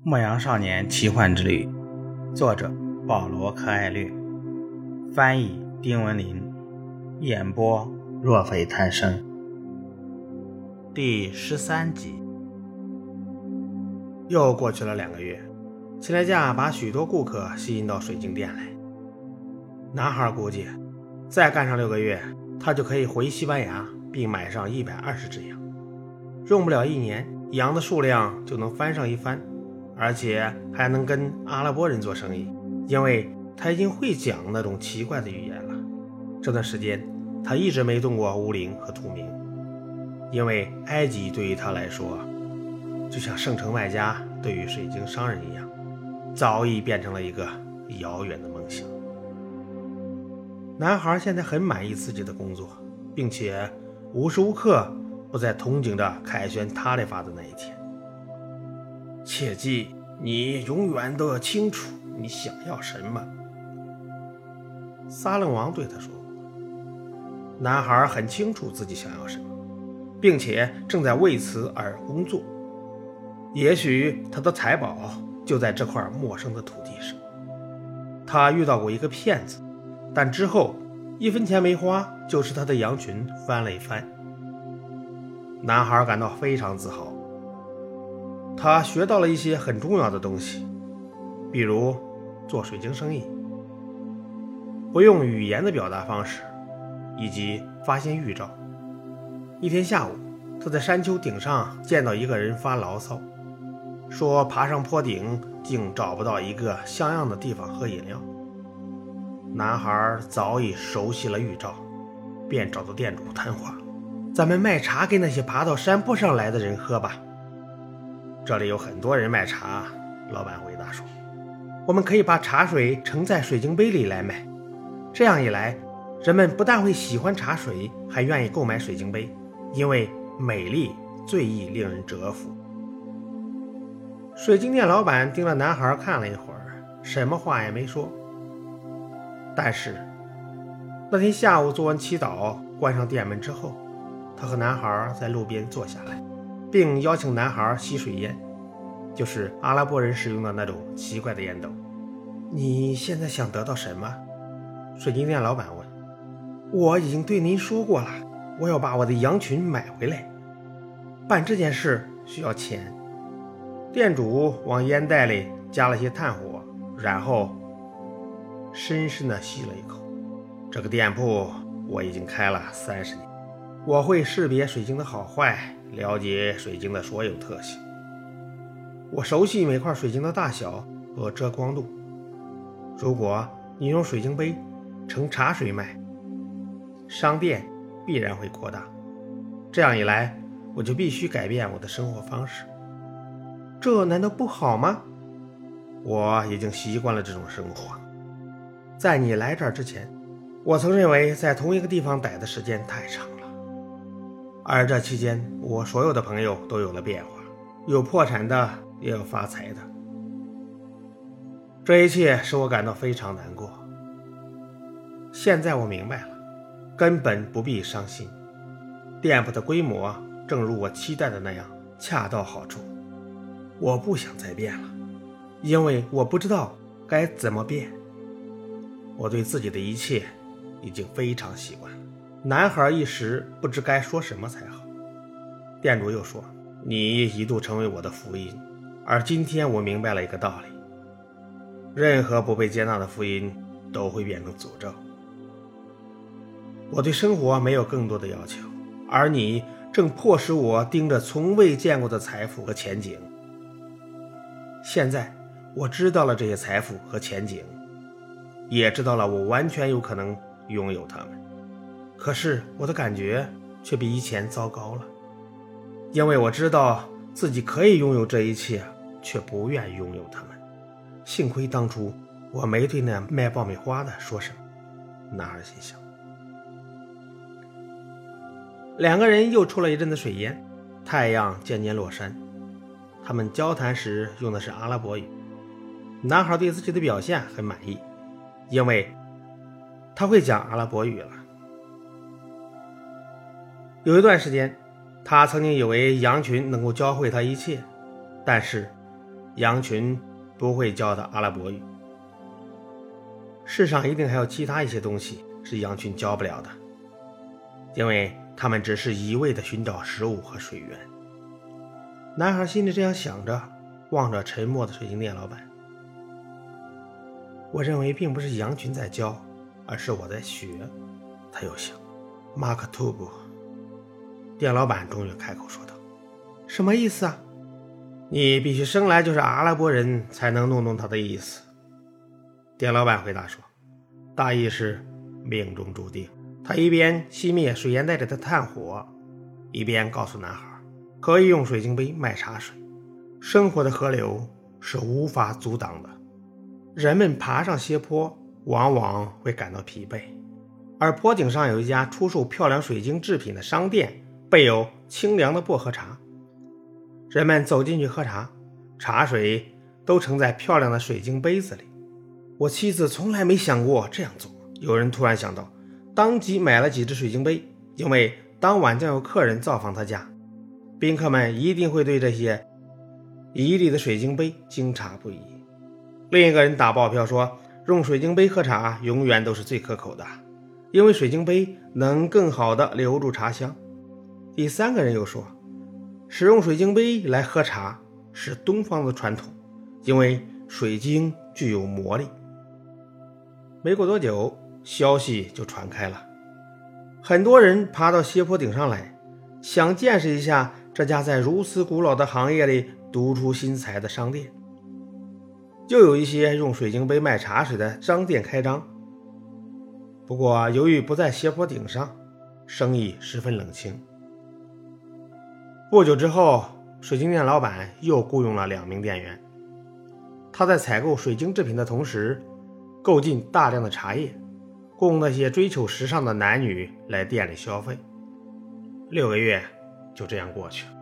牧羊少年奇幻之旅，作者保罗·柯艾略，翻译丁文林，演播若非贪生。第13集。又过去了2个月，齐来架把许多顾客吸引到水晶店来。男孩估计再干上6个月，他就可以回西班牙并买上120只羊，用不了1年，羊的数量就能翻上一番，而且还能跟阿拉伯人做生意，因为他已经会讲那种奇怪的语言了。这段时间他一直没动过乌灵和图明，因为埃及对于他来说就像圣城卖家对于水晶商人一样，早已变成了一个遥远的梦想。男孩现在很满意自己的工作，并且无时无刻不在憧憬着凯旋塔里法的那一天。切记，你永远都要清楚你想要什么。撒冷王对他说过。男孩很清楚自己想要什么，并且正在为此而工作。也许他的财宝就在这块陌生的土地上。他遇到过一个骗子，但之后1分钱没花就使他的羊群翻了一番。男孩感到非常自豪，他学到了一些很重要的东西，比如做水晶生意，不用语言的表达方式，以及发现预兆。一天下午，他在山丘顶上见到一个人发牢骚，说爬上坡顶竟找不到一个像样的地方喝饮料。男孩早已熟悉了预兆，便找到店主谈话，咱们卖茶给那些爬到山坡上来的人喝吧。这里有很多人卖茶，老板回答说，我们可以把茶水盛在水晶杯里来卖，这样一来，人们不但会喜欢茶水，还愿意购买水晶杯，因为美丽最易令人折服。水晶店老板盯着男孩看了一会儿，什么话也没说。但是那天下午做完祈祷，关上店门之后，他和男孩在路边坐下来，并邀请男孩吸水烟，就是阿拉伯人使用的那种奇怪的烟斗。你现在想得到什么？水晶店老板问。我已经对您说过了，我要把我的羊群买回来，办这件事需要钱。店主往烟袋里加了些炭火，然后深深地吸了一口。这个店铺我已经开了30年，我会识别水晶的好坏，了解水晶的所有特性，我熟悉每块水晶的大小和遮光度。如果你用水晶杯盛茶水卖，商店必然会扩大，这样一来，我就必须改变我的生活方式。这难道不好吗？我已经习惯了这种生活。在你来这儿之前，我曾认为在同一个地方待的时间太长了，而这期间我所有的朋友都有了变化，有破产的，也有发财的。这一切使我感到非常难过。现在我明白了，根本不必伤心。店铺的规模正如我期待的那样恰到好处。我不想再变了，因为我不知道该怎么变。我对自己的一切已经非常习惯了。男孩一时不知该说什么才好。店主又说，你一度成为我的福音，而今天我明白了一个道理，任何不被接纳的福音都会变成诅咒。我对生活没有更多的要求，而你正迫使我盯着从未见过的财富和前景。现在我知道了这些财富和前景，也知道了我完全有可能拥有它们，可是我的感觉却比以前糟糕了，因为我知道自己可以拥有这一切，却不愿拥有它们。幸亏当初我没对那卖爆米花的说什么，男孩心想。2个人又抽了一阵子水烟，太阳渐渐落山。他们交谈时用的是阿拉伯语。男孩对自己的表现很满意，因为他会讲阿拉伯语了。有一段时间，他曾经以为羊群能够教会他一切，但是羊群不会教的阿拉伯语。世上一定还有其他一些东西是羊群教不了的，因为他们只是一味地寻找食物和水源。男孩心里这样想着，望着沉默的水晶店老板。我认为并不是羊群在教，而是我在学。他又想，马克吐布。店老板终于开口说道：什么意思啊？你必须生来就是阿拉伯人才能弄懂他的意思。店老板回答说，大意是命中注定。他一边熄灭水烟袋里的炭火，一边告诉男孩，可以用水晶杯卖茶水。生活的河流是无法阻挡的，人们爬上斜坡往往会感到疲惫，而坡顶上有一家出售漂亮水晶制品的商店，备有清凉的薄荷茶。人们走进去喝茶，茶水都盛在漂亮的水晶杯子里。我妻子从来没想过这样做。有人突然想到，当即买了几只水晶杯，因为当晚将有客人造访他家，宾客们一定会对这些一粒的水晶杯惊诧不已。另一个人打包票说，用水晶杯喝茶永远都是最可口的，因为水晶杯能更好地留住茶香。第三个人又说，使用水晶杯来喝茶是东方的传统，因为水晶具有魔力。没过多久，消息就传开了，很多人爬到斜坡顶上来，想见识一下这家在如此古老的行业里独出心裁的商店。就有一些用水晶杯卖茶水的商店开张，不过由于不在斜坡顶上，生意十分冷清。不久之后，水晶店老板又雇佣了2名店员，他在采购水晶制品的同时，购进大量的茶叶，供那些追求时尚的男女来店里消费。6个月就这样过去了。